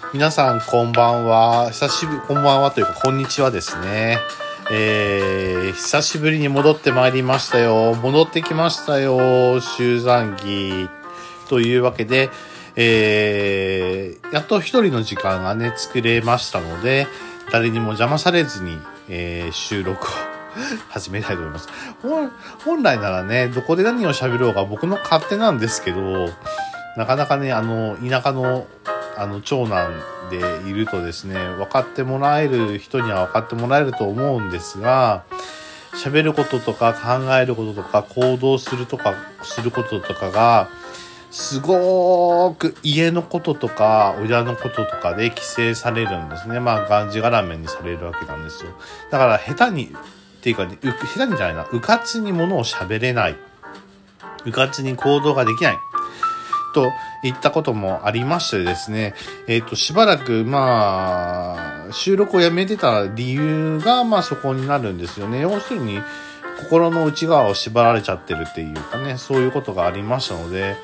皆さんこんばんは。こんばんはというかこんにちはですね。久しぶりに戻ってまいりましたよ。戻ってきましたよ。集山儀というわけで、やっと一人の時間がね作れましたので、誰にも邪魔されずに、収録を始めたいと思います。本来ならね、どこで何を喋ろうが僕の勝手なんですけど、なかなかね、田舎の長男でいるとですね、分かってもらえる人には分かってもらえると思うんですが、喋ることとか考えることとか行動することとかが、すごーく家のこととか親のこととかで規制されるんですね。がんじがらめにされるわけなんですよ。だから下手にっていうか、下手にじゃないな、うかつにものを喋れない。うかつに行動ができない。といったこともありましてですね、しばらく収録をやめてた理由がそこになるんですよね。要するに心の内側を縛られちゃってるっていうかね、そういうことがありましたので、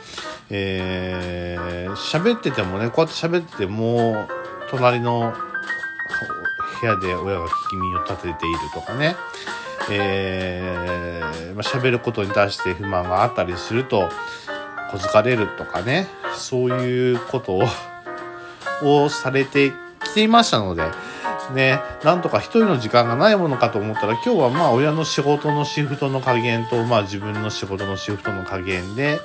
喋っててもね、こうやって喋ってても隣の部屋で親が聞き耳を立てているとかね、喋ることに対して不満があったりすると小づかれるとかね、そういうことをされてきていましたのでね、なんとか一人の時間がないものかと思ったら、今日は親の仕事のシフトの加減と自分の仕事のシフトの加減で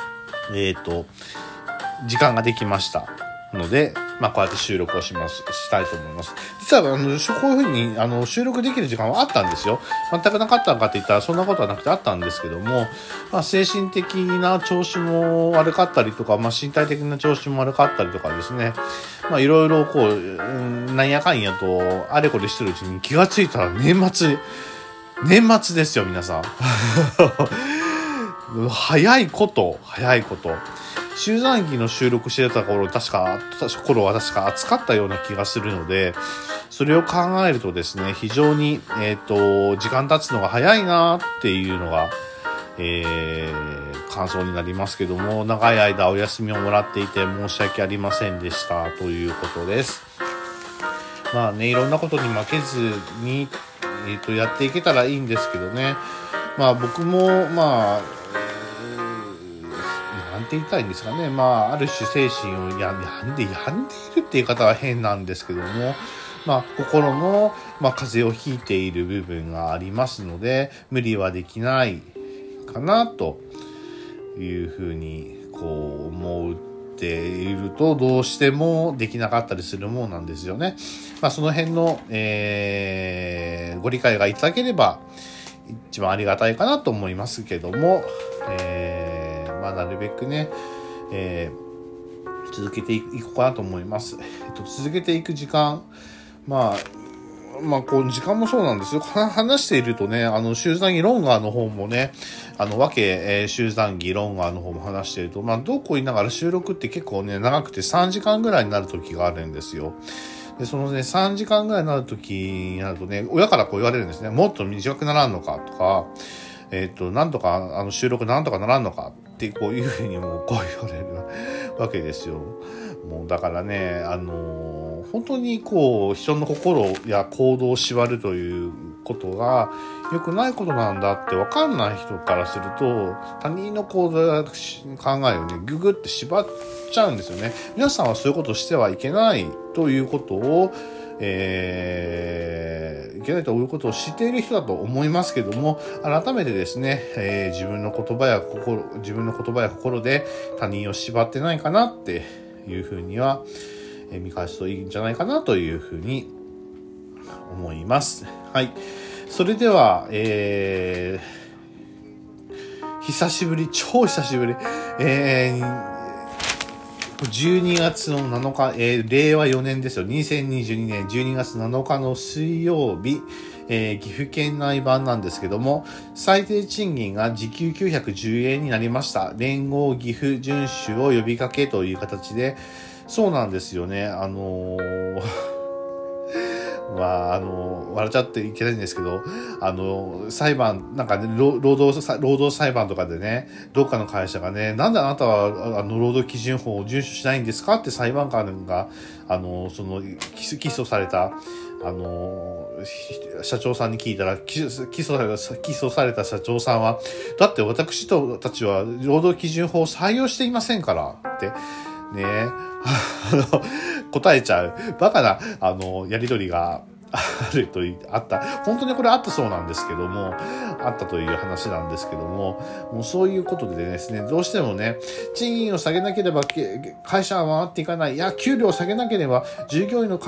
時間ができましたので、こうやって収録をしたいと思います。実はこういうふうに収録できる時間はあったんですよ。全くなかったのかって言ったらそんなことはなくてあったんですけども、精神的な調子も悪かったりとか、身体的な調子も悪かったりとかですね、いろいろなんやかんやとあれこれしてるうちに気がついたら年末ですよ、皆さん。早いこと。集山儀の収録してた頃は確か暑かったような気がするので、それを考えるとですね、非常に、時間経つのが早いなっていうのが、感想になりますけども、長い間お休みをもらっていて申し訳ありませんでしたということです。いろんなことに負けずに、やっていけたらいいんですけどね。僕もなんて言いたいんですかね。ある種精神を病んでいるっていう方は変なんですけども、心の、風邪をひいている部分がありますので、無理はできないかなというふうに思っていると、どうしてもできなかったりするものなんですよね。その辺の、ご理解がいただければ一番ありがたいかなと思いますけども、なるべくね、続けていこうかなと思います。続けていく時間、この時間もそうなんですよ。話しているとね、集山儀ロンガーの方もね、集山儀ロンガーの方も話していると、どうこう言いながら収録って結構ね、長くて3時間ぐらいになる時があるんですよ。で、そのね、3時間ぐらいになる時になるとね、親から言われるんですね。もっと短くならんのかとか、なんとか、収録なんとかならんのかっていうふうにも言われるわけですよ。もうだからね、本当に人の心や行動を縛るということが良くないことなんだって分かんない人からすると、他人の行動や考えをね、ググって縛っちゃうんですよね。皆さんはそういうことをしてはいけないということをいけないということを知っている人だと思いますけども、改めてですね、自分の言葉や心で他人を縛ってないかなっていうふうには、見返すといいんじゃないかなというふうに思います。はい。それでは、超久しぶり、12月の7日、令和4年ですよ。2022年12月7日の水曜日、岐阜県内版なんですけども、最低賃金が時給910円になりました。連合岐阜遵守を呼びかけという形で、そうなんですよね。 笑っちゃっていけないんですけど、裁判、なんかね、労働裁判とかでね、どっかの会社がね、なんであなたは、労働基準法を遵守しないんですかって裁判官が、起訴された、社長さんに聞いたら、起訴された社長さんは、だって私たちは労働基準法を採用していませんから、って、ね答えちゃう。バカな、やりとりがあった。本当にこれあったそうなんですけども、あったという話なんですけども、もうそういうことでですね、どうしてもね、賃金を下げなければ会社は回っていかない。いや、給料を下げなければ、従業員の、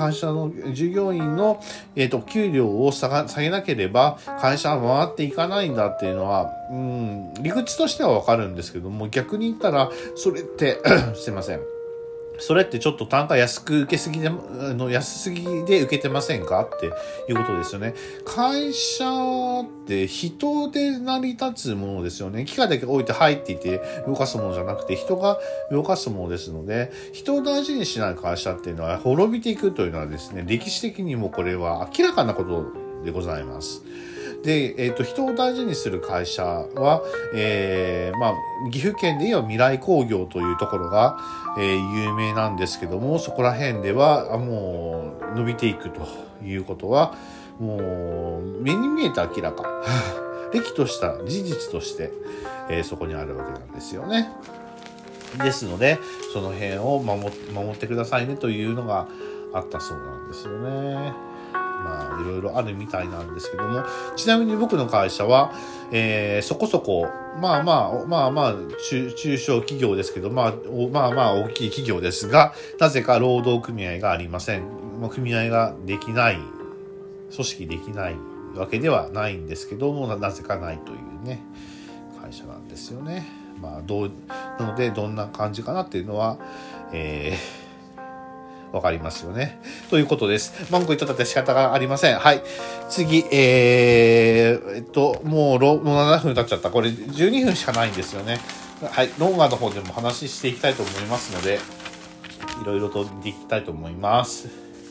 給料を下げなければ、会社は回っていかないんだっていうのは、理屈としてはわかるんですけども、逆に言ったら、それって、すいません。それってちょっと単価安すぎで受けてませんかっていうことですよね。会社って人で成り立つものですよね。機械だけ置いて入っていて動かすものじゃなくて人が動かすものですので、人を大事にしない会社っていうのは滅びていくというのはですね、歴史的にもこれは明らかなことでございます。で、人を大事にする会社は、岐阜県で言えば未来工業というところが、有名なんですけども、そこら辺ではもう伸びていくということはもう目に見えて明らか歴とした事実として、そこにあるわけなんですよね。ですのでその辺を守ってくださいねというのがあったそうなんですよね。いろいろあるみたいなんですけども、ちなみに僕の会社は、そこそこ、中小企業ですけど、大きい企業ですが、なぜか労働組合がありません。組合ができない、組織できないわけではないんですけども、なぜかないというね、会社なんですよね。なので、どんな感じかなっていうのは、わかりますよね。ということです。文句言っとったって仕方がありません。はい。次、もう7分経っちゃった。これ12分しかないんですよね。はい。ロンガの方でも話していきたいと思いますので、いろいろと見ていきたいと思います。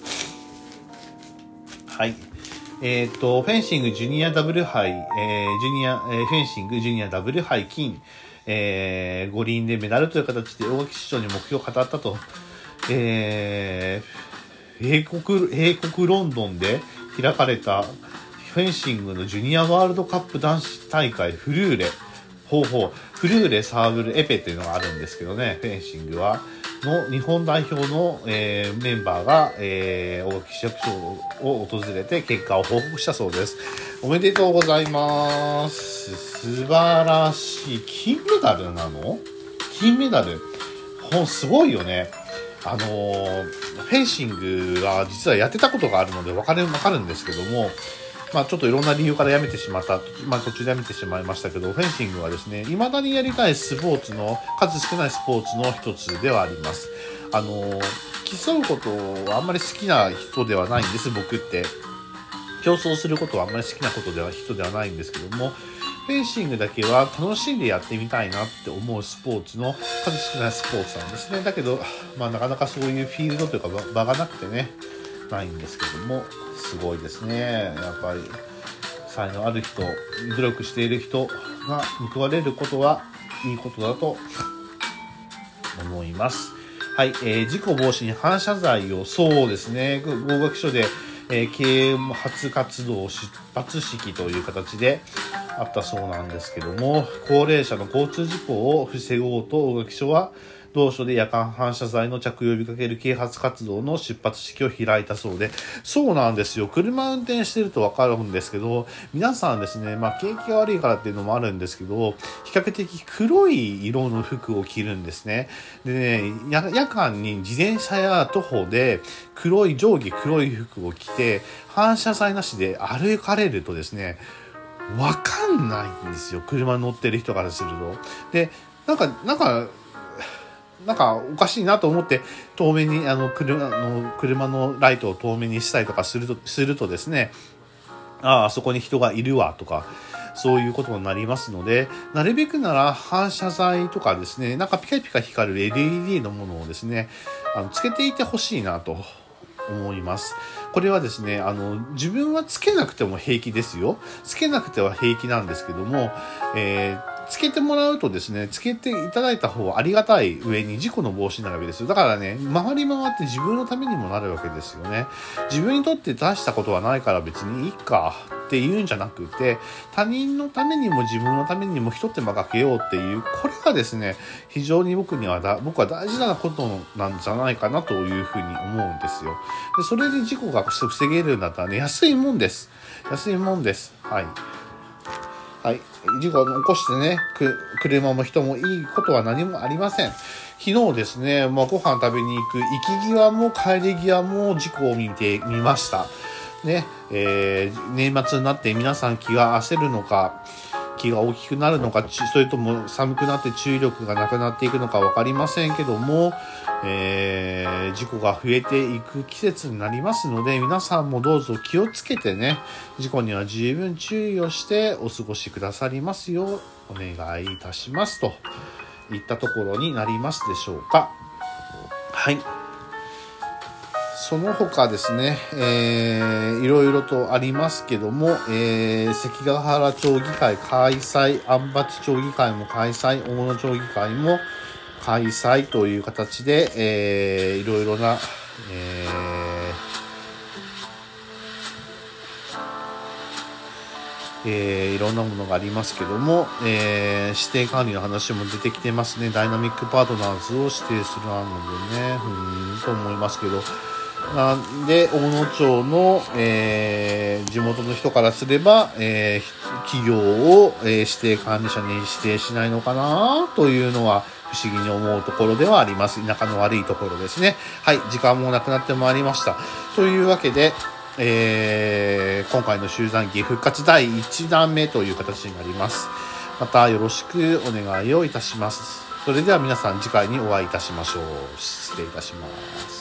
はい。フェンシングジュニアダブル杯、フェンシングジュニアダブル杯金、五輪でメダルという形で大垣市長に目標を語ったと。英国ロンドンで開かれたフェンシングのジュニアワールドカップ男子大会フルーレサーブルエペというのがあるんですけどね、フェンシングの日本代表の、メンバーが、大垣市役所を訪れて結果を報告したそうです。おめでとうございます。素晴らしい。金メダルなの？金メダル。すごいよね。フェンシングは実はやってたことがあるのでわかるんですけども、ちょっといろんな理由からやめてしまった、途中でやめてしまいましたけど、フェンシングはですね、未だにやりたいスポーツの、数少ないスポーツの一つではあります。競うことはあんまり好きな人ではないんです、僕って。競争することはあんまり好きな人ではないんですけども、フェンシングだけは楽しんでやってみたいなって思うスポーツの数少ないスポーツなんですね。だけど、なかなかそういうフィールドというか場がなくてね、ないんですけども、すごいですね。やっぱり才能ある人、努力している人が報われることはいいことだと思います。はい、事故防止に反射材を、そうですね、合学所で啓発活動出発式という形であったそうなんですけども、高齢者の交通事故を防ごうと大垣署は同署で夜間反射材の着用を呼びかける啓発活動の出発式を開いたそうで、そうなんですよ。車運転してるとわかるんですけど、皆さんですね、景気が悪いからっていうのもあるんですけど、比較的黒い色の服を着るんですね。でね、夜間に自転車や徒歩で上下黒い服を着て反射材なしで歩かれるとですね、わかんないんですよ。車に乗ってる人からすると。で、なんかおかしいなと思って遠目に車のライトを遠目にしたりとかするとですね、あそこに人がいるわとか、そういうことになりますので、なるべくなら反射材とかですね、なんかピカピカ光る LED のものをですね、つけていてほしいなと思います。これはですね、自分はつけなくても平気ですよ。つけなくては平気なんですけども、つけてもらうとですね、つけていただいた方はありがたい上に事故の防止になるわけですよ。だからね、回り回って自分のためにもなるわけですよね。自分にとって大したことはないから別にいいかっていうんじゃなくて、他人のためにも自分のためにも一手間かけようっていう、これがですね、非常に僕は大事なことなんじゃないかなというふうに思うんですよ。で、それで事故が防げるんだったらね、安いもんです。安いもんです。はい。はい。事故を起こしてね、車も人もいいことは何もありません。昨日ですね、ご飯食べに行く行き際も帰り際も事故を見ました。ね、年末になって皆さん気が焦るのか、気が大きくなるのか、それとも寒くなって注意力がなくなっていくのか分かりませんけども、事故が増えていく季節になりますので、皆さんもどうぞ気をつけてね、事故には十分注意をしてお過ごしくださりますようお願いいたしますといったところになりますでしょうか。はい。その他ですね、いろいろとありますけども、関ヶ原町議会開催、安八町議会も開催、大野町議会も開催という形で、いろいろな、いろんなものがありますけども、指定管理の話も出てきてますね。ダイナミックパートナーズを指定する案のでね、と思いますけど、なんで、大野町の、地元の人からすれば、企業を、指定管理者に指定しないのかなというのは不思議に思うところではあります。田舎の悪いところですね。はい、時間もなくなってまいりました。というわけで、今回の集団記復活第1弾目という形になります。またよろしくお願いをいたします。それでは皆さん次回にお会いいたしましょう。失礼いたします。